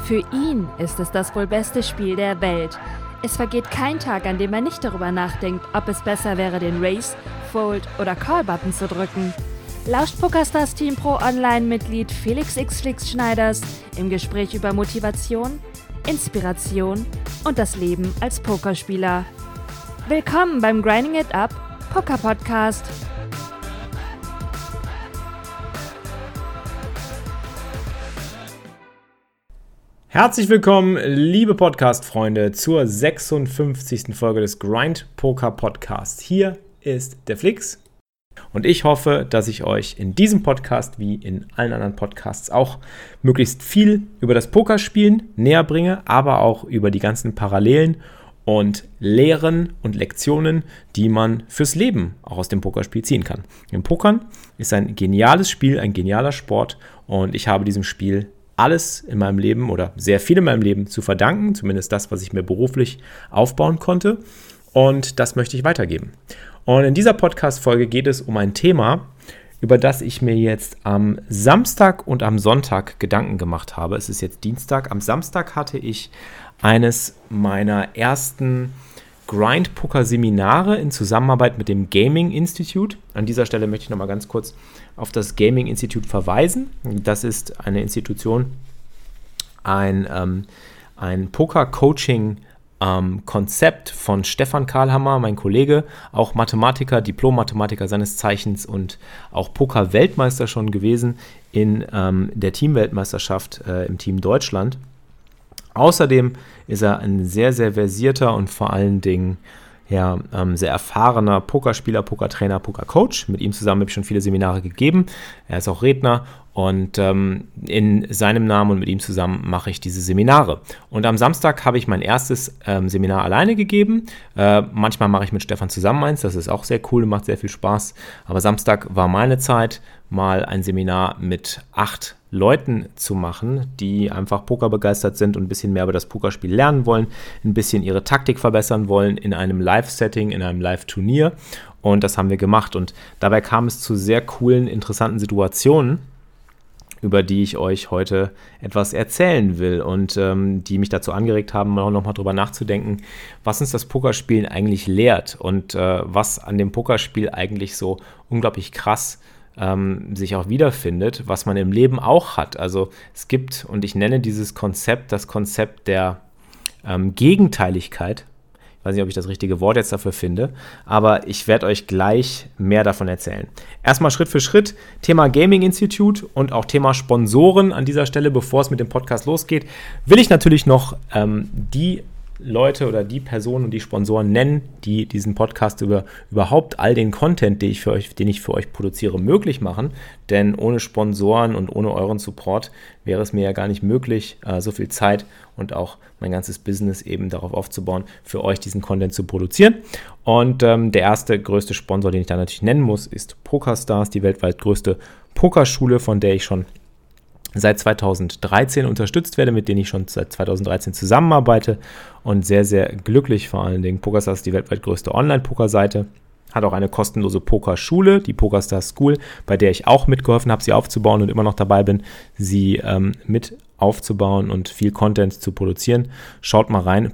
Für ihn ist es das wohl beste Spiel der Welt. Es vergeht kein Tag, an dem er nicht darüber nachdenkt, ob es besser wäre, den Raise, Fold oder Call-Button zu drücken. Lauscht PokerStars Team Pro Online-Mitglied Felix X. Schneiders im Gespräch über Motivation, Inspiration und das Leben als Pokerspieler. Willkommen beim Grinding It Up Poker Podcast. Herzlich willkommen, liebe Podcast-Freunde, zur 56. Folge des Grind Poker Podcasts. Hier ist der Flix und ich hoffe, dass ich euch in diesem Podcast wie in allen anderen Podcasts auch möglichst viel über das Pokerspielen näher bringe, aber auch über die ganzen Parallelen und Lehren und Lektionen, die man fürs Leben auch aus dem Pokerspiel ziehen kann. Im Pokern ist ein geniales Spiel, ein genialer Sport und ich habe diesem Spiel alles in meinem Leben oder sehr viel in meinem Leben zu verdanken, zumindest das, was ich mir beruflich aufbauen konnte, und das möchte ich weitergeben. Und in dieser Podcast-Folge geht es um ein Thema, über das ich mir jetzt am Samstag und am Sonntag Gedanken gemacht habe. Es ist jetzt Dienstag. Am Samstag hatte ich eines meiner ersten Grind-Poker-Seminare in Zusammenarbeit mit dem Gaming Institute. An dieser Stelle möchte ich nochmal ganz kurz auf das Gaming Institute verweisen. Das ist eine Institution, ein Poker-Coaching-Konzept von Stefan Karlhammer, mein Kollege, auch Mathematiker, Diplom-Mathematiker seines Zeichens und auch Poker-Weltmeister schon gewesen in der Teamweltmeisterschaft im Team Deutschland. Außerdem ist er ein sehr, sehr versierter und vor allen Dingen sehr erfahrener Pokerspieler, Pokertrainer, Pokercoach. Mit ihm zusammen habe ich schon viele Seminare gegeben. Er ist auch Redner und in seinem Namen und mit ihm zusammen mache ich diese Seminare. Und am Samstag habe ich mein erstes Seminar alleine gegeben. Manchmal mache ich mit Stefan zusammen eins, das ist auch sehr cool und macht sehr viel Spaß. Aber Samstag war meine Zeit, mal ein Seminar mit 8 Leuten zu machen, die einfach pokerbegeistert sind und ein bisschen mehr über das Pokerspiel lernen wollen, ein bisschen ihre Taktik verbessern wollen in einem Live-Setting, in einem Live-Turnier. Und das haben wir gemacht. Und dabei kam es zu sehr coolen, interessanten Situationen, über die ich euch heute etwas erzählen will und die mich dazu angeregt haben, nochmal drüber nachzudenken, was uns das Pokerspielen eigentlich lehrt und was an dem Pokerspiel eigentlich so unglaublich krass sich auch wiederfindet, was man im Leben auch hat. Also es gibt, und ich nenne dieses Konzept, das Konzept der Gegenteiligkeit. Ich weiß nicht, ob ich das richtige Wort jetzt dafür finde, aber ich werde euch gleich mehr davon erzählen. Erstmal Schritt für Schritt, Thema Gaming Institute und auch Thema Sponsoren an dieser Stelle, bevor es mit dem Podcast losgeht, will ich natürlich noch die Leute oder die Personen und die Sponsoren nennen, die diesen Podcast über überhaupt all den Content, den ich für euch produziere, möglich machen. Denn ohne Sponsoren und ohne euren Support wäre es mir ja gar nicht möglich, so viel Zeit und auch mein ganzes Business eben darauf aufzubauen, für euch diesen Content zu produzieren. Und der erste, größte Sponsor, den ich da natürlich nennen muss, ist PokerStars, die weltweit größte Pokerschule, von der ich schon seit 2013 unterstützt werde, mit denen ich schon seit 2013 zusammenarbeite und sehr, sehr glücklich vor allen Dingen. PokerStars ist die weltweit größte Online-Poker-Seite, hat auch eine kostenlose Pokerschule, die PokerStars School, bei der ich auch mitgeholfen habe, sie aufzubauen und immer noch dabei bin, sie mit aufzubauen und viel Content zu produzieren. Schaut mal rein,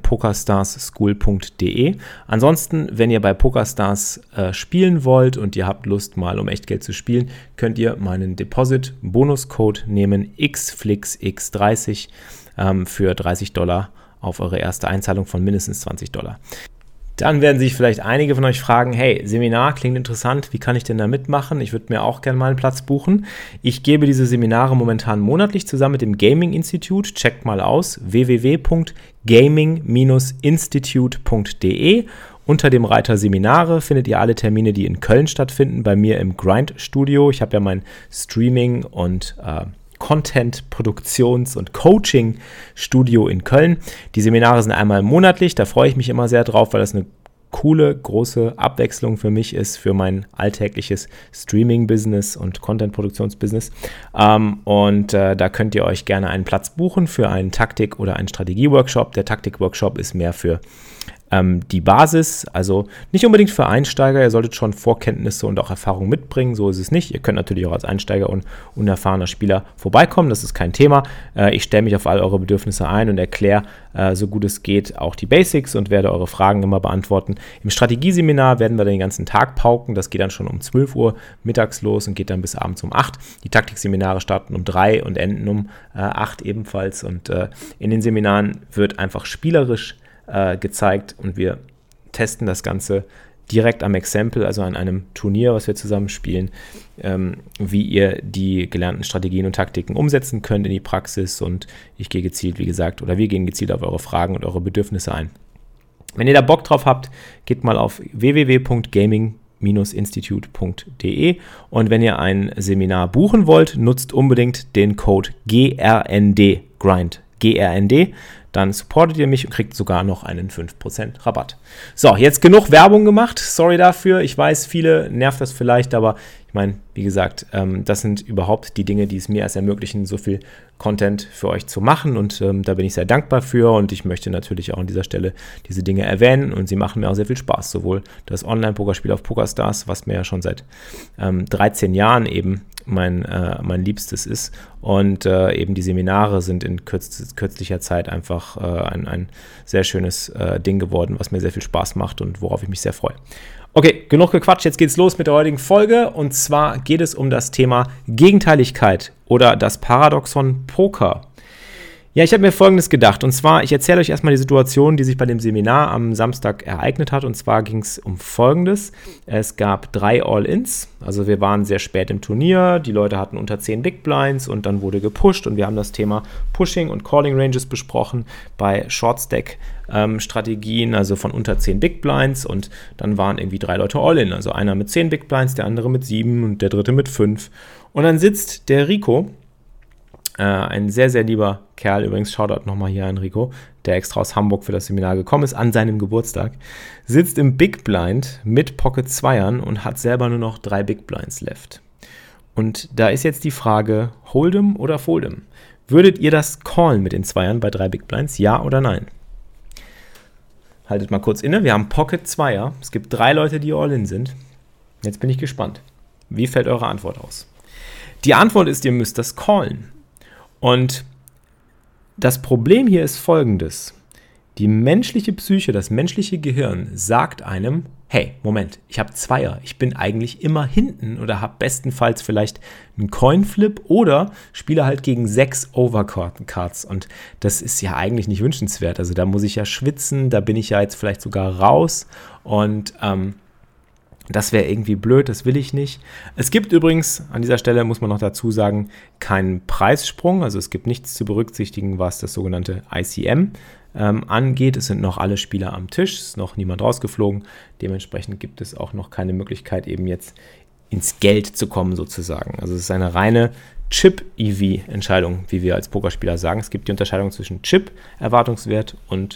pokerstarschool.de. Ansonsten, wenn ihr bei PokerStars spielen wollt und ihr habt Lust mal um Echtgeld zu spielen, könnt ihr meinen Deposit-Bonuscode nehmen, XFlixX30 für $30 auf eure erste Einzahlung von mindestens $20. Dann werden sich vielleicht einige von euch fragen, hey, Seminar klingt interessant, wie kann ich denn da mitmachen? Ich würde mir auch gerne mal einen Platz buchen. Ich gebe diese Seminare momentan monatlich zusammen mit dem Gaming Institute. Checkt mal aus, www.gaming-institute.de. Unter dem Reiter Seminare findet ihr alle Termine, die in Köln stattfinden, bei mir im Grind Studio. Ich habe ja mein Streaming und Content, Produktions- und Coaching-Studio in Köln. Die Seminare sind einmal monatlich, da freue ich mich immer sehr drauf, weil das eine coole, große Abwechslung für mich ist, für mein alltägliches Streaming-Business und Content-Produktions-Business. Da könnt ihr euch gerne einen Platz buchen für einen Taktik- oder einen Strategie-Workshop. Der Taktik-Workshop ist mehr für die Basis, also nicht unbedingt für Einsteiger, ihr solltet schon Vorkenntnisse und auch Erfahrung mitbringen, so ist es nicht. Ihr könnt natürlich auch als Einsteiger und unerfahrener Spieler vorbeikommen, das ist kein Thema. Ich stelle mich auf all eure Bedürfnisse ein und erkläre, so gut es geht, auch die Basics und werde eure Fragen immer beantworten. Im Strategieseminar werden wir den ganzen Tag pauken, das geht dann schon um 12 Uhr mittags los und geht dann bis abends um 8. Die Taktikseminare starten um 3 und enden um 8 ebenfalls und in den Seminaren wird einfach spielerisch gezeigt und wir testen das Ganze direkt am Exempel, also an einem Turnier, was wir zusammen spielen, wie ihr die gelernten Strategien und Taktiken umsetzen könnt in die Praxis und ich gehe gezielt, wie gesagt, oder wir gehen gezielt auf eure Fragen und eure Bedürfnisse ein. Wenn ihr da Bock drauf habt, geht mal auf www.gaming-institute.de und wenn ihr ein Seminar buchen wollt, nutzt unbedingt den Code GRND, GRND, dann supportet ihr mich und kriegt sogar noch einen 5% Rabatt. So, jetzt genug Werbung gemacht. Sorry dafür. Ich weiß, viele nervt das vielleicht, aber ich meine, wie gesagt, das sind überhaupt die Dinge, die es mir erst ermöglichen, so viel Content für euch zu machen und da bin ich sehr dankbar für und ich möchte natürlich auch an dieser Stelle diese Dinge erwähnen und sie machen mir auch sehr viel Spaß. Sowohl das Online-Pokerspiel auf PokerStars, was mir ja schon seit 13 Jahren eben mein Liebstes ist und eben die Seminare sind in kürzlicher Zeit einfach ein sehr schönes Ding geworden, was mir sehr viel Spaß macht und worauf ich mich sehr freue. Okay, genug gequatscht, jetzt geht's los mit der heutigen Folge und zwar geht es um das Thema Gegenteiligkeit oder das Paradoxon Poker. Ja, ich habe mir Folgendes gedacht und zwar, ich erzähle euch erstmal die Situation, die sich bei dem Seminar am Samstag ereignet hat und zwar ging es um Folgendes. Es gab 3 All-Ins, also wir waren sehr spät im Turnier, die Leute hatten unter 10 Big Blinds und dann wurde gepusht und wir haben das Thema Pushing und Calling Ranges besprochen bei Short-Stack Strategien, also von unter 10 Big Blinds und dann waren irgendwie 3 Leute All-In, also einer mit 10 Big Blinds, der andere mit 7 und der dritte mit 5 und dann sitzt der Rico, ein sehr, sehr lieber Kerl, übrigens Shoutout nochmal hier an Rico, der extra aus Hamburg für das Seminar gekommen ist, an seinem Geburtstag, sitzt im Big Blind mit Pocket 2ern und hat selber nur noch 3 Big Blinds left. Und da ist jetzt die Frage, Hold'em oder Fold'em? Würdet ihr das callen mit den 2ern bei 3 Big Blinds, ja oder nein? Haltet mal kurz inne, wir haben Pocket 2er, es gibt 3 Leute, die All-In sind. Jetzt bin ich gespannt. Wie fällt eure Antwort aus? Die Antwort ist, ihr müsst das callen. Und das Problem hier ist folgendes. Die menschliche Psyche, das menschliche Gehirn sagt einem, hey, Moment, ich habe 2er, ich bin eigentlich immer hinten oder habe bestenfalls vielleicht einen Coinflip oder spiele halt gegen 6 Overcards und das ist ja eigentlich nicht wünschenswert. Also da muss ich ja schwitzen, da bin ich ja jetzt vielleicht sogar raus und das wäre irgendwie blöd, das will ich nicht. Es gibt übrigens, an dieser Stelle muss man noch dazu sagen, keinen Preissprung. Also es gibt nichts zu berücksichtigen, was das sogenannte ICM angeht. Es sind noch alle Spieler am Tisch, es ist noch niemand rausgeflogen. Dementsprechend gibt es auch noch keine Möglichkeit, eben jetzt ins Geld zu kommen sozusagen. Also es ist eine reine Chip-EV-Entscheidung, wie wir als Pokerspieler sagen. Es gibt die Unterscheidung zwischen Chip-Erwartungswert und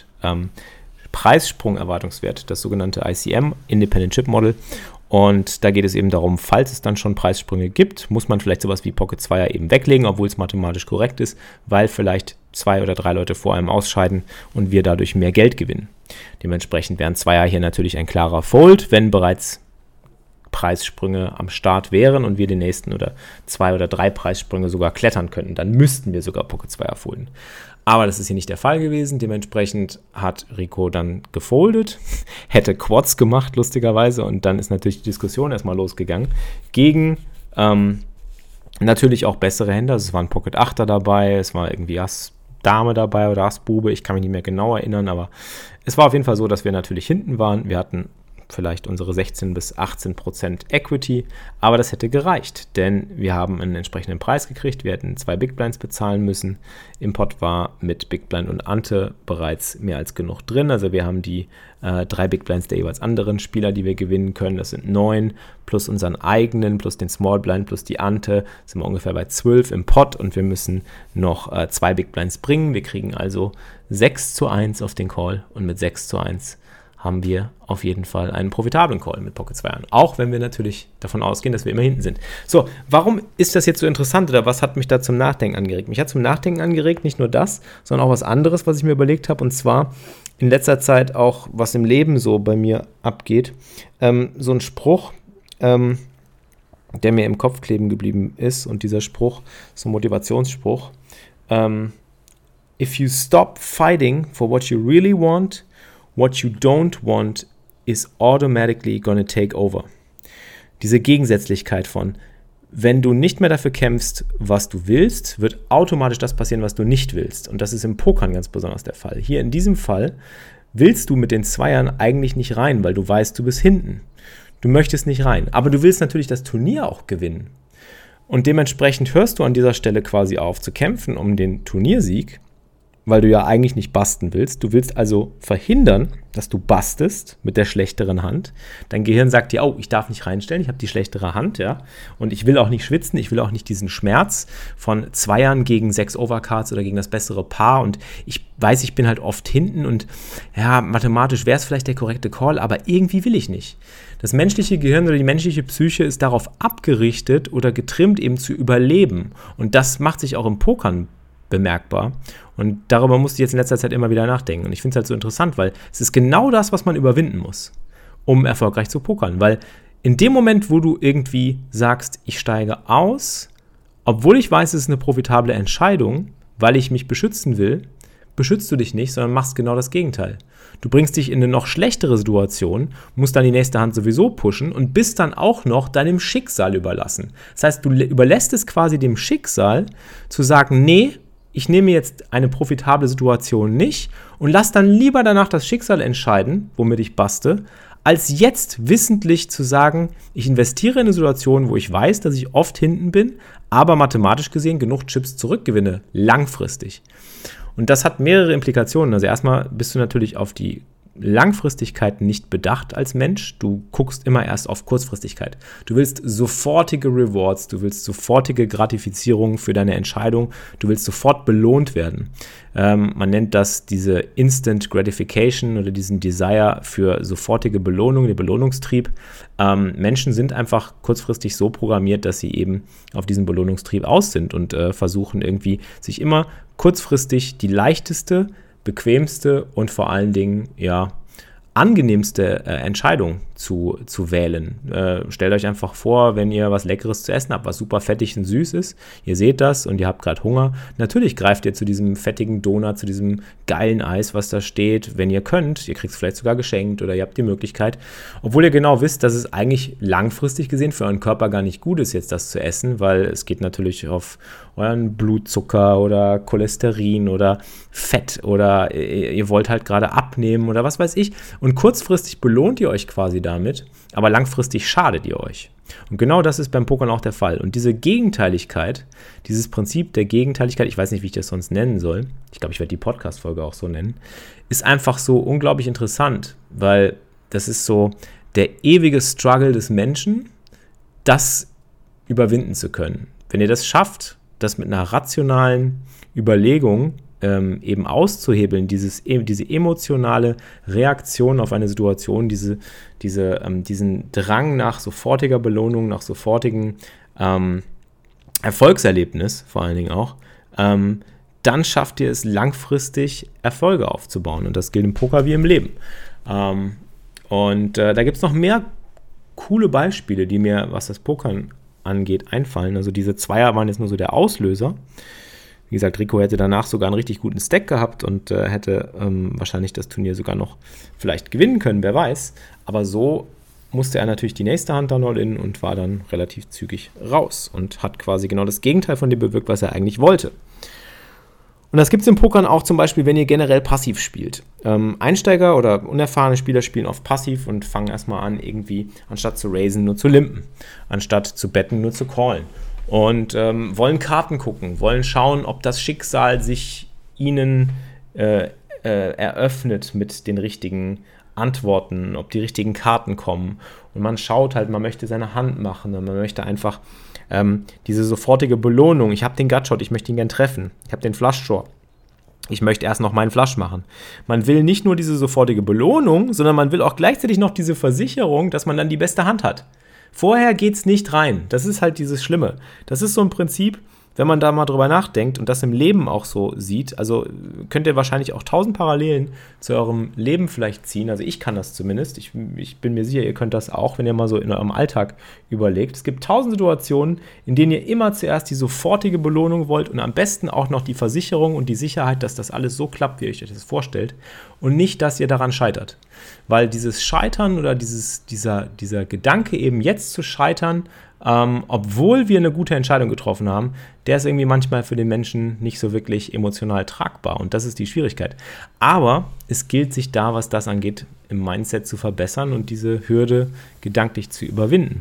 Preissprung-Erwartungswert, das sogenannte ICM, Independent Chip Model. Und da geht es eben darum, falls es dann schon Preissprünge gibt, muss man vielleicht sowas wie Pocket 2er eben weglegen, obwohl es mathematisch korrekt ist, weil vielleicht 2 oder 3 Leute vor einem ausscheiden und wir dadurch mehr Geld gewinnen. Dementsprechend wären 2er hier natürlich ein klarer Fold, wenn bereits Preissprünge am Start wären und wir den nächsten oder 2 oder 3 Preissprünge sogar klettern könnten. Dann müssten wir sogar Pocket 2er folden. Aber das ist hier nicht der Fall gewesen. Dementsprechend hat Rico dann gefoldet, hätte Quads gemacht, lustigerweise. Und dann ist natürlich die Diskussion erstmal losgegangen gegen natürlich auch bessere Händler. Also es waren Pocket 8er dabei, es war irgendwie Ass Dame dabei oder Ass Bube. Ich kann mich nicht mehr genau erinnern, aber es war auf jeden Fall so, dass wir natürlich hinten waren. Wir hatten vielleicht unsere 16 bis 18% Equity, aber das hätte gereicht, denn wir haben einen entsprechenden Preis gekriegt, wir hätten 2 Big Blinds bezahlen müssen, im Pot war mit Big Blind und Ante bereits mehr als genug drin, also wir haben die 3 Big Blinds der jeweils anderen Spieler, die wir gewinnen können, das sind 9, plus unseren eigenen, plus den Small Blind, plus die Ante, sind wir ungefähr bei 12 im Pot und wir müssen noch 2 Big Blinds bringen, wir kriegen also 6:1 auf den Call und mit 6:1 haben wir auf jeden Fall einen profitablen Call mit Pocket 2 an. Auch wenn wir natürlich davon ausgehen, dass wir immer hinten sind. So, warum ist das jetzt so interessant oder was hat mich da zum Nachdenken angeregt? Mich hat zum Nachdenken angeregt nicht nur das, sondern auch was anderes, was ich mir überlegt habe, und zwar in letzter Zeit auch, was im Leben so bei mir abgeht. So ein Spruch, der mir im Kopf kleben geblieben ist, und dieser Spruch, so ein Motivationsspruch: If you stop fighting for what you really want, what you don't want is automatically gonna take over. Diese Gegensätzlichkeit von, wenn du nicht mehr dafür kämpfst, was du willst, wird automatisch das passieren, was du nicht willst. Und das ist im Pokern ganz besonders der Fall. Hier in diesem Fall willst du mit den Zweiern eigentlich nicht rein, weil du weißt, du bist hinten. Du möchtest nicht rein. Aber du willst natürlich das Turnier auch gewinnen. Und dementsprechend hörst du an dieser Stelle quasi auf zu kämpfen um den Turniersieg, weil du ja eigentlich nicht basten willst. Du willst also verhindern, dass du bastest mit der schlechteren Hand. Dein Gehirn sagt dir, oh, ich darf nicht reinstellen, ich habe die schlechtere Hand, ja. Und ich will auch nicht schwitzen, ich will auch nicht diesen Schmerz von Zweiern gegen 6 Overcards oder gegen das bessere Paar. Und ich weiß, ich bin halt oft hinten und ja, mathematisch wäre es vielleicht der korrekte Call, aber irgendwie will ich nicht. Das menschliche Gehirn oder die menschliche Psyche ist darauf abgerichtet oder getrimmt, eben zu überleben. Und das macht sich auch im Pokern bemerkbar. Und darüber musste ich jetzt in letzter Zeit immer wieder nachdenken. Und ich finde es halt so interessant, weil es ist genau das, was man überwinden muss, um erfolgreich zu pokern. Weil in dem Moment, wo du irgendwie sagst, ich steige aus, obwohl ich weiß, es ist eine profitable Entscheidung, weil ich mich beschützen will, beschützt du dich nicht, sondern machst genau das Gegenteil. Du bringst dich in eine noch schlechtere Situation, musst dann die nächste Hand sowieso pushen und bist dann auch noch deinem Schicksal überlassen. Das heißt, du überlässt es quasi dem Schicksal, zu sagen, nee, ich nehme jetzt eine profitable Situation nicht und lass dann lieber danach das Schicksal entscheiden, womit ich baste, als jetzt wissentlich zu sagen, ich investiere in eine Situation, wo ich weiß, dass ich oft hinten bin, aber mathematisch gesehen genug Chips zurückgewinne, langfristig. Und das hat mehrere Implikationen. Also erstmal bist du natürlich auf die Langfristigkeit nicht bedacht als Mensch. Du guckst immer erst auf Kurzfristigkeit. Du willst sofortige Rewards, du willst sofortige Gratifizierung für deine Entscheidung, du willst sofort belohnt werden. Man nennt das diese Instant Gratification oder diesen Desire für sofortige Belohnung, den Belohnungstrieb. Menschen sind einfach kurzfristig so programmiert, dass sie eben auf diesen Belohnungstrieb aus sind und versuchen irgendwie sich immer kurzfristig die leichteste, bequemste und vor allen Dingen, ja, angenehmste Entscheidung zu wählen. Stellt euch einfach vor, wenn ihr was Leckeres zu essen habt, was super fettig und süß ist, ihr seht das und ihr habt gerade Hunger, natürlich greift ihr zu diesem fettigen Donut, zu diesem geilen Eis, was da steht, wenn ihr könnt. Ihr kriegt es vielleicht sogar geschenkt oder ihr habt die Möglichkeit, obwohl ihr genau wisst, dass es eigentlich langfristig gesehen für euren Körper gar nicht gut ist, jetzt das zu essen, weil es geht natürlich auf euren Blutzucker oder Cholesterin oder Fett oder ihr wollt halt gerade abnehmen oder was weiß ich. Und kurzfristig belohnt ihr euch quasi damit, aber langfristig schadet ihr euch. Und genau das ist beim Pokern auch der Fall. Und diese Gegenteiligkeit, dieses Prinzip der Gegenteiligkeit, ich weiß nicht, wie ich das sonst nennen soll, ich glaube, ich werde die Podcast-Folge auch so nennen, ist einfach so unglaublich interessant, weil das ist so der ewige Struggle des Menschen, das überwinden zu können. Wenn ihr das schafft, das mit einer rationalen Überlegung eben auszuhebeln, diese emotionale Reaktion auf eine Situation, diesen Drang nach sofortiger Belohnung, nach sofortigem Erfolgserlebnis vor allen Dingen auch, dann schafft ihr es langfristig Erfolge aufzubauen. Und das gilt im Poker wie im Leben. Da gibt es noch mehr coole Beispiele, die mir, was das Pokern angeht, einfallen. Also diese Zweier waren jetzt nur so der Auslöser. Wie gesagt, Rico hätte danach sogar einen richtig guten Stack gehabt und hätte wahrscheinlich das Turnier sogar noch vielleicht gewinnen können, wer weiß. Aber so musste er natürlich die nächste Hand dann all in und war dann relativ zügig raus und hat quasi genau das Gegenteil von dem bewirkt, was er eigentlich wollte. Und das gibt es im Pokern auch zum Beispiel, wenn ihr generell passiv spielt. Einsteiger oder unerfahrene Spieler spielen oft passiv und fangen erstmal an, irgendwie anstatt zu raisen nur zu limpen, anstatt zu betten nur zu callen. Und wollen Karten gucken, wollen schauen, ob das Schicksal sich ihnen eröffnet mit den richtigen Antworten, ob die richtigen Karten kommen. Und man schaut halt, man möchte seine Hand machen und man möchte einfach diese sofortige Belohnung. Ich habe den Gutshot, ich möchte ihn gern treffen. Ich habe den Flushdraw. Ich möchte erst noch meinen Flush machen. Man will nicht nur diese sofortige Belohnung, sondern man will auch gleichzeitig noch diese Versicherung, dass man dann die beste Hand hat. Vorher geht's nicht rein. Das ist halt dieses Schlimme. Das ist so ein Prinzip, wenn man da mal drüber nachdenkt und das im Leben auch so sieht. Also könnt ihr wahrscheinlich auch 1000 Parallelen zu eurem Leben vielleicht ziehen. Also ich kann das zumindest. Ich bin mir sicher, ihr könnt das auch, wenn ihr mal so in eurem Alltag überlegt. Es gibt 1000 Situationen, in denen ihr immer zuerst die sofortige Belohnung wollt und am besten auch noch die Versicherung und die Sicherheit, dass das alles so klappt, wie ihr euch das vorstellt und nicht, dass ihr daran scheitert. Weil dieses Scheitern oder dieser Gedanke eben jetzt zu scheitern, obwohl wir eine gute Entscheidung getroffen haben, der ist irgendwie manchmal für den Menschen nicht so wirklich emotional tragbar und das ist die Schwierigkeit. Aber es gilt, sich da, was das angeht, im Mindset zu verbessern und diese Hürde gedanklich zu überwinden.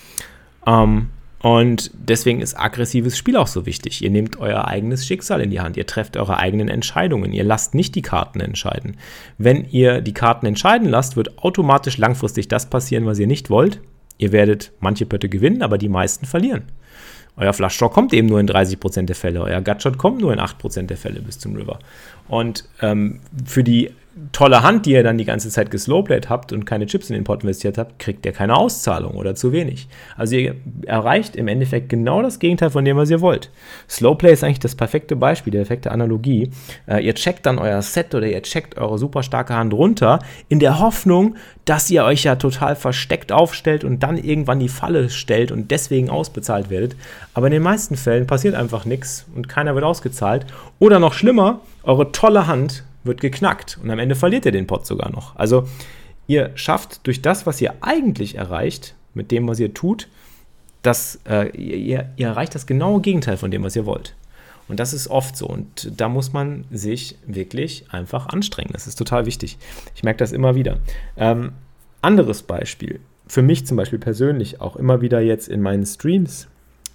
Und deswegen ist aggressives Spiel auch so wichtig. Ihr nehmt euer eigenes Schicksal in die Hand, ihr trefft eure eigenen Entscheidungen, ihr lasst nicht die Karten entscheiden. Wenn ihr die Karten entscheiden lasst, wird automatisch langfristig das passieren, was ihr nicht wollt. Ihr werdet manche Pötte gewinnen, aber die meisten verlieren. Euer Flushdraw kommt eben nur in 30% der Fälle, euer Gutshot kommt nur in 8% der Fälle bis zum River. Und für die tolle Hand, die ihr dann die ganze Zeit geslowplayed habt und keine Chips in den Pot investiert habt, kriegt ihr keine Auszahlung oder zu wenig. Also ihr erreicht im Endeffekt genau das Gegenteil von dem, was ihr wollt. Slowplay ist eigentlich das perfekte Beispiel, die perfekte Analogie. Ihr checkt dann euer Set oder ihr checkt eure super starke Hand runter, in der Hoffnung, dass ihr euch ja total versteckt aufstellt und dann irgendwann die Falle stellt und deswegen ausbezahlt werdet. Aber in den meisten Fällen passiert einfach nichts und keiner wird ausgezahlt. Oder noch schlimmer, eure tolle Hand wird geknackt und am Ende verliert ihr den Pot sogar noch. Also ihr schafft durch das, was ihr eigentlich erreicht, mit dem, was ihr tut, ihr erreicht das genaue Gegenteil von dem, was ihr wollt. Und das ist oft so und da muss man sich wirklich einfach anstrengen. Das ist total wichtig. Ich merke das immer wieder. Anderes Beispiel, für mich zum Beispiel persönlich auch immer wieder jetzt in meinen Streams,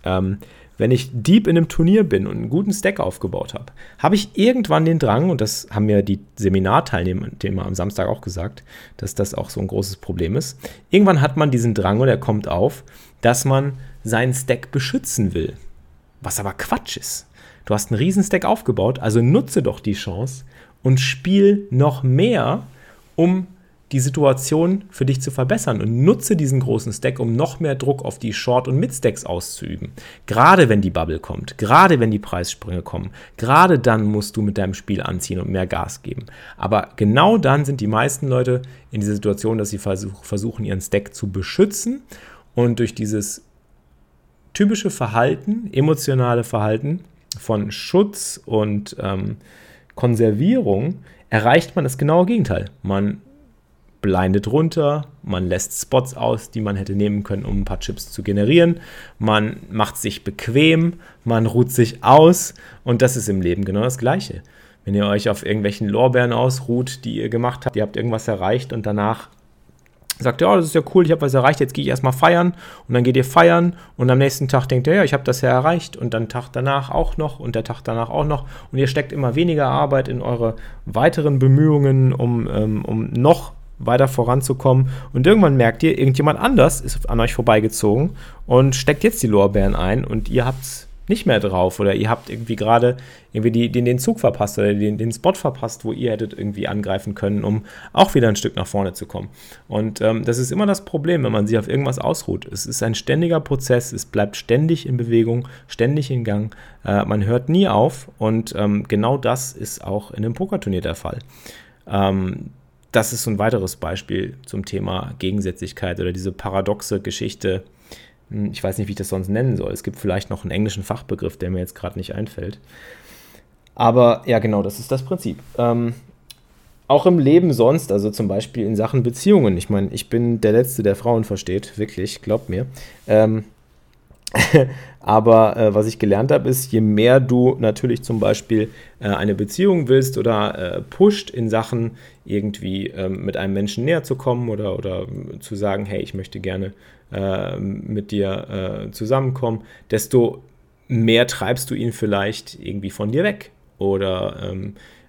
wenn ich deep in einem Turnier bin und einen guten Stack aufgebaut habe, habe ich irgendwann den Drang, und das haben mir die Seminarteilnehmer am Samstag auch gesagt, dass das auch so ein großes Problem ist. Irgendwann hat man diesen Drang, und er kommt auf, dass man seinen Stack beschützen will. Was aber Quatsch ist. Du hast einen riesen Stack aufgebaut, also nutze doch die Chance und spiel noch mehr, um die Situation für dich zu verbessern und nutze diesen großen Stack, um noch mehr Druck auf die Short- und Mid-Stacks auszuüben. Gerade wenn die Bubble kommt, gerade wenn die Preissprünge kommen, gerade dann musst du mit deinem Spiel anziehen und mehr Gas geben. Aber genau dann sind die meisten Leute in dieser Situation, dass sie versuchen, ihren Stack zu beschützen und durch dieses typische Verhalten, emotionale Verhalten von Schutz und Konservierung erreicht man das genaue Gegenteil. Man blindet runter, man lässt Spots aus, die man hätte nehmen können, um ein paar Chips zu generieren, man macht sich bequem, man ruht sich aus und das ist im Leben genau das Gleiche. Wenn ihr euch auf irgendwelchen Lorbeeren ausruht, die ihr gemacht habt, ihr habt irgendwas erreicht und danach sagt ihr, oh, das ist ja cool, ich habe was erreicht, jetzt gehe ich erstmal feiern und dann geht ihr feiern und am nächsten Tag denkt ihr, ja, ich habe das ja erreicht und dann Tag danach auch noch und der Tag danach auch noch und ihr steckt immer weniger Arbeit in eure weiteren Bemühungen, um noch weiter voranzukommen und irgendwann merkt ihr, irgendjemand anders ist an euch vorbeigezogen und steckt jetzt die Lorbeeren ein und ihr habt es nicht mehr drauf oder ihr habt irgendwie gerade den Zug verpasst oder den Spot verpasst, wo ihr hättet irgendwie angreifen können, um auch wieder ein Stück nach vorne zu kommen. Und das ist immer das Problem, wenn man sich auf irgendwas ausruht. Es ist ein ständiger Prozess, es bleibt ständig in Bewegung, ständig in Gang, man hört nie auf und genau das ist auch in einem Pokerturnier der Fall. Das ist so ein weiteres Beispiel zum Thema Gegensätzlichkeit oder diese paradoxe Geschichte. Ich weiß nicht, wie ich das sonst nennen soll. Es gibt vielleicht noch einen englischen Fachbegriff, der mir jetzt gerade nicht einfällt. Aber ja, genau, das ist das Prinzip. Auch im Leben sonst, also zum Beispiel in Sachen Beziehungen. Ich meine, ich bin der Letzte, der Frauen versteht, wirklich, glaubt mir. Aber was ich gelernt habe, ist, je mehr du natürlich zum Beispiel eine Beziehung willst oder pusht in Sachen irgendwie mit einem Menschen näher zu kommen oder zu sagen, hey, ich möchte gerne mit dir zusammenkommen, desto mehr treibst du ihn vielleicht irgendwie von dir weg oder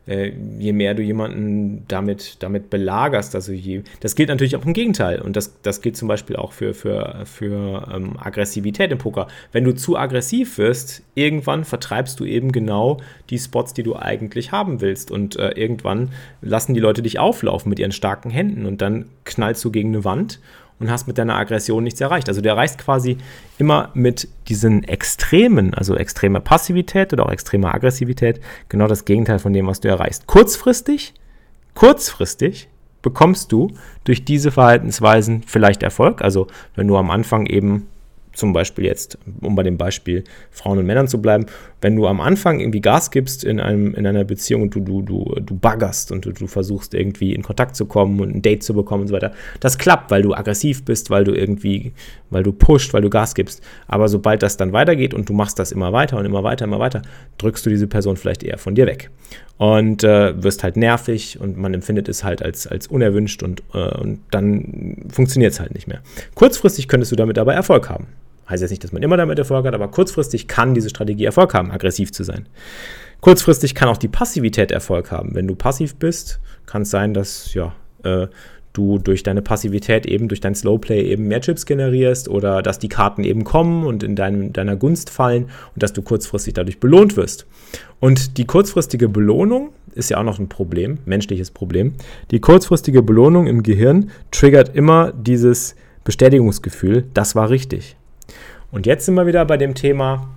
je mehr du jemanden damit belagerst, also das gilt natürlich auch im Gegenteil und das gilt zum Beispiel auch für Aggressivität im Poker. Wenn du zu aggressiv wirst, irgendwann vertreibst du eben genau die Spots, die du eigentlich haben willst und irgendwann lassen die Leute dich auflaufen mit ihren starken Händen und dann knallst du gegen eine Wand und hast mit deiner Aggression nichts erreicht. Also du erreichst quasi immer mit diesen Extremen, also extreme Passivität oder auch extreme Aggressivität, genau das Gegenteil von dem, was du erreichst. Kurzfristig bekommst du durch diese Verhaltensweisen vielleicht Erfolg. Also wenn du am Anfang eben zum Beispiel jetzt, um bei dem Beispiel Frauen und Männern zu bleiben, wenn du am Anfang irgendwie Gas gibst in einer Beziehung und du baggerst und du versuchst irgendwie in Kontakt zu kommen und ein Date zu bekommen und so weiter, das klappt, weil du aggressiv bist, weil du pusht, weil du Gas gibst. Aber sobald das dann weitergeht und du machst das immer weiter und immer weiter, drückst du diese Person vielleicht eher von dir weg und wirst halt nervig und man empfindet es halt als unerwünscht und dann funktioniert es halt nicht mehr. Kurzfristig könntest du damit aber Erfolg haben. Heißt jetzt nicht, dass man immer damit Erfolg hat, aber kurzfristig kann diese Strategie Erfolg haben, aggressiv zu sein. Kurzfristig kann auch die Passivität Erfolg haben. Wenn du passiv bist, kann es sein, dass du durch deine Passivität eben, durch dein Slowplay eben mehr Chips generierst oder dass die Karten eben kommen und in deiner Gunst fallen und dass du kurzfristig dadurch belohnt wirst. Und die kurzfristige Belohnung ist ja auch noch ein Problem, menschliches Problem. Die kurzfristige Belohnung im Gehirn triggert immer dieses Bestätigungsgefühl, das war richtig. Und jetzt sind wir wieder bei dem Thema,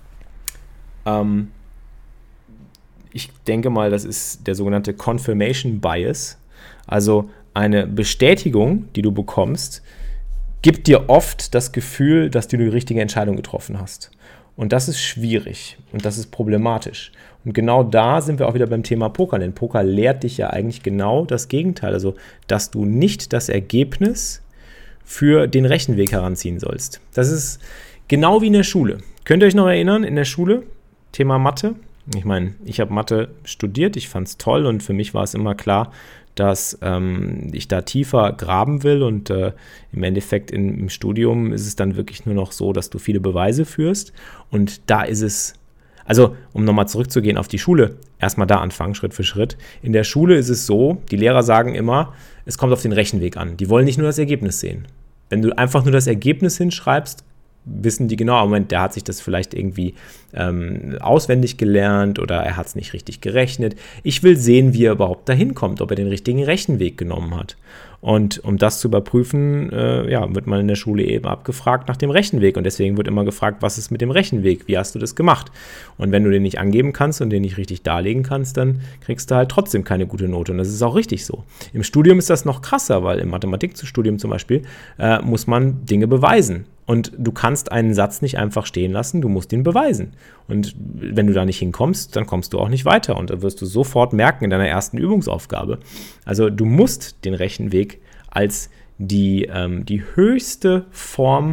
ich denke mal, das ist der sogenannte Confirmation Bias. Also eine Bestätigung, die du bekommst, gibt dir oft das Gefühl, dass du die richtige Entscheidung getroffen hast. Und das ist schwierig und das ist problematisch. Und genau da sind wir auch wieder beim Thema Poker. Denn Poker lehrt dich ja eigentlich genau das Gegenteil. Also, dass du nicht das Ergebnis für den Rechenweg heranziehen sollst. Das ist genau wie in der Schule. Könnt ihr euch noch erinnern, in der Schule, Thema Mathe? Ich meine, ich habe Mathe studiert, ich fand es toll und für mich war es immer klar, dass ich da tiefer graben will und im Endeffekt im Studium ist es dann wirklich nur noch so, dass du viele Beweise führst und da ist es, also um nochmal zurückzugehen auf die Schule, erstmal da anfangen, Schritt für Schritt. In der Schule ist es so, die Lehrer sagen immer, es kommt auf den Rechenweg an. Die wollen nicht nur das Ergebnis sehen. Wenn du einfach nur das Ergebnis hinschreibst, wissen die genau, Moment, der hat sich das vielleicht irgendwie auswendig gelernt oder er hat es nicht richtig gerechnet. Ich will sehen, wie er überhaupt dahin kommt, ob er den richtigen Rechenweg genommen hat. Und um das zu überprüfen, wird man in der Schule eben abgefragt nach dem Rechenweg. Und deswegen wird immer gefragt, was ist mit dem Rechenweg? Wie hast du das gemacht? Und wenn du den nicht angeben kannst und den nicht richtig darlegen kannst, dann kriegst du halt trotzdem keine gute Note. Und das ist auch richtig so. Im Studium ist das noch krasser, weil im Mathematikstudium zum Beispiel muss man Dinge beweisen. Und du kannst einen Satz nicht einfach stehen lassen, du musst ihn beweisen. Und wenn du da nicht hinkommst, dann kommst du auch nicht weiter. Und da wirst du sofort merken in deiner ersten Übungsaufgabe. Also du musst den Rechenweg als die höchste Form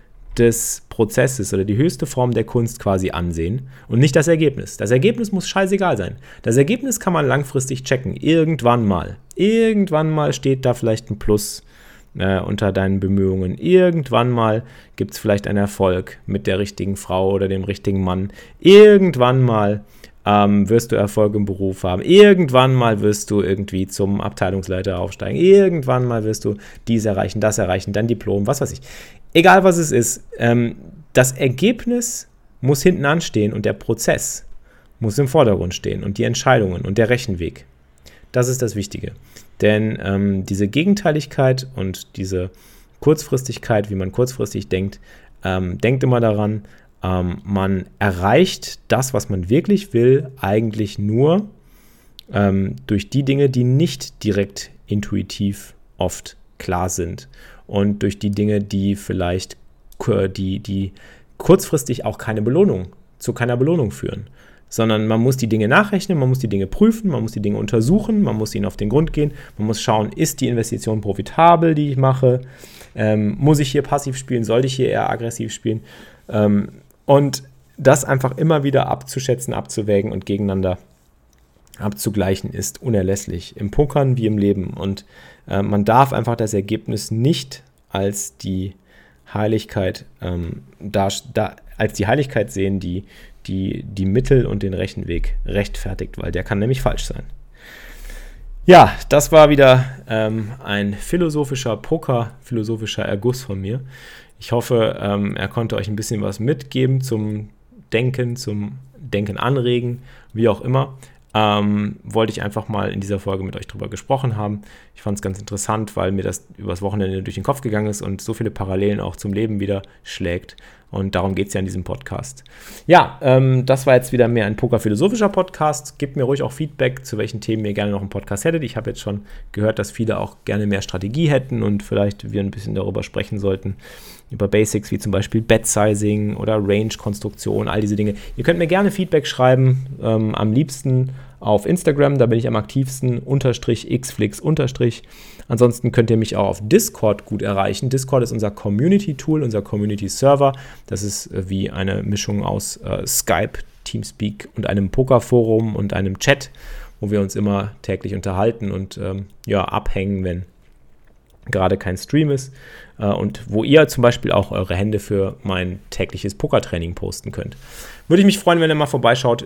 des Prozesses oder die höchste Form der Kunst quasi ansehen und nicht das Ergebnis. Das Ergebnis muss scheißegal sein. Das Ergebnis kann man langfristig checken. Irgendwann mal steht da vielleicht ein Plus unter deinen Bemühungen. Irgendwann mal gibt es vielleicht einen Erfolg mit der richtigen Frau oder dem richtigen Mann. Irgendwann mal wirst du Erfolg im Beruf haben. Irgendwann mal wirst du irgendwie zum Abteilungsleiter aufsteigen. Irgendwann mal wirst du dies erreichen, das erreichen, dann Diplom, was weiß ich. Egal was es ist, das Ergebnis muss hinten anstehen und der Prozess muss im Vordergrund stehen und die Entscheidungen und der Rechenweg. Das ist das Wichtige. Denn diese Gegenteiligkeit und diese Kurzfristigkeit, wie man kurzfristig denkt, denkt immer daran, man erreicht das, was man wirklich will, eigentlich nur durch die Dinge, die nicht direkt intuitiv oft klar sind und durch die Dinge, die vielleicht die kurzfristig auch zu keiner Belohnung führen. Sondern man muss die Dinge nachrechnen, man muss die Dinge prüfen, man muss die Dinge untersuchen, man muss ihnen auf den Grund gehen, man muss schauen, ist die Investition profitabel, die ich mache, muss ich hier passiv spielen, sollte ich hier eher aggressiv spielen und das einfach immer wieder abzuschätzen, abzuwägen und gegeneinander abzugleichen ist unerlässlich, im Pokern wie im Leben und man darf einfach das Ergebnis nicht als die Heiligkeit als die Heiligkeit sehen, die die Mittel und den Rechenweg rechtfertigt, weil der kann nämlich falsch sein. Ja, das war wieder ein philosophischer Erguss von mir. Ich hoffe, er konnte euch ein bisschen was mitgeben zum Denken anregen, wie auch immer. Wollte ich einfach mal in dieser Folge mit euch drüber gesprochen haben. Ich fand es ganz interessant, weil mir das übers Wochenende durch den Kopf gegangen ist und so viele Parallelen auch zum Leben wieder schlägt. Und darum geht es ja in diesem Podcast. Ja, das war jetzt wieder mehr ein pokerphilosophischer Podcast. Gebt mir ruhig auch Feedback, zu welchen Themen ihr gerne noch einen Podcast hättet. Ich habe jetzt schon gehört, dass viele auch gerne mehr Strategie hätten und vielleicht wir ein bisschen darüber sprechen sollten, über Basics wie zum Beispiel Bet-Sizing oder Range-Konstruktion, all diese Dinge. Ihr könnt mir gerne Feedback schreiben, am liebsten auf Instagram, da bin ich am aktivsten, _xflix_. Ansonsten könnt ihr mich auch auf Discord gut erreichen. Discord ist unser Community-Tool, unser Community-Server. Das ist wie eine Mischung aus Skype, Teamspeak und einem Pokerforum und einem Chat, wo wir uns immer täglich unterhalten und abhängen, wenn gerade kein Stream ist. Und wo ihr zum Beispiel auch eure Hände für mein tägliches Pokertraining posten könnt. Würde ich mich freuen, wenn ihr mal vorbeischaut.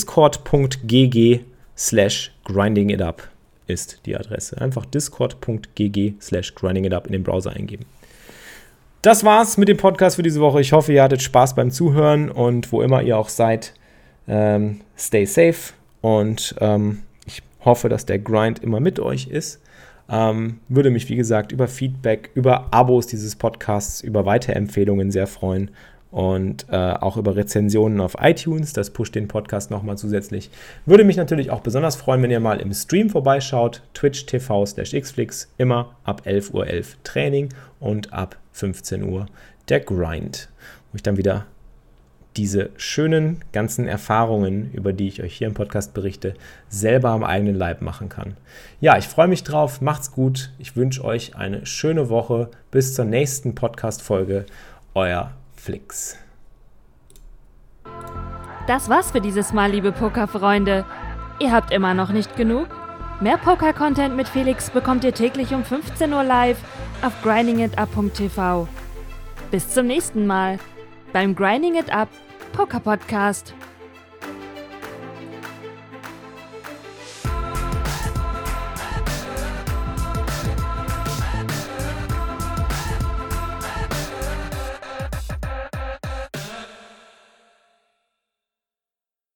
discord.gg/grindingitup ist die Adresse. Einfach discord.gg/grindingitup in den Browser eingeben. Das war's mit dem Podcast für diese Woche. Ich hoffe, ihr hattet Spaß beim Zuhören und wo immer ihr auch seid, stay safe und ich hoffe, dass der Grind immer mit euch ist. Würde mich, wie gesagt, über Feedback, über Abos dieses Podcasts, über Weiterempfehlungen sehr freuen und auch über Rezensionen auf iTunes. Das pusht den Podcast nochmal zusätzlich. Würde mich natürlich auch besonders freuen, wenn ihr mal im Stream vorbeischaut. Twitch.tv/xflix, immer ab 11:11 Uhr Training und ab 15 Uhr der Grind, wo ich dann wieder diese schönen ganzen Erfahrungen, über die ich euch hier im Podcast berichte, selber am eigenen Leib machen kann. Ja, ich freue mich drauf. Macht's gut. Ich wünsche euch eine schöne Woche. Bis zur nächsten Podcast-Folge. Euer Flix. Das war's für dieses Mal, liebe Pokerfreunde. Ihr habt immer noch nicht genug? Mehr Poker-Content mit Felix bekommt ihr täglich um 15 Uhr live auf grindingitup.tv. Bis zum nächsten Mal beim Grinding It Up Poker Podcast.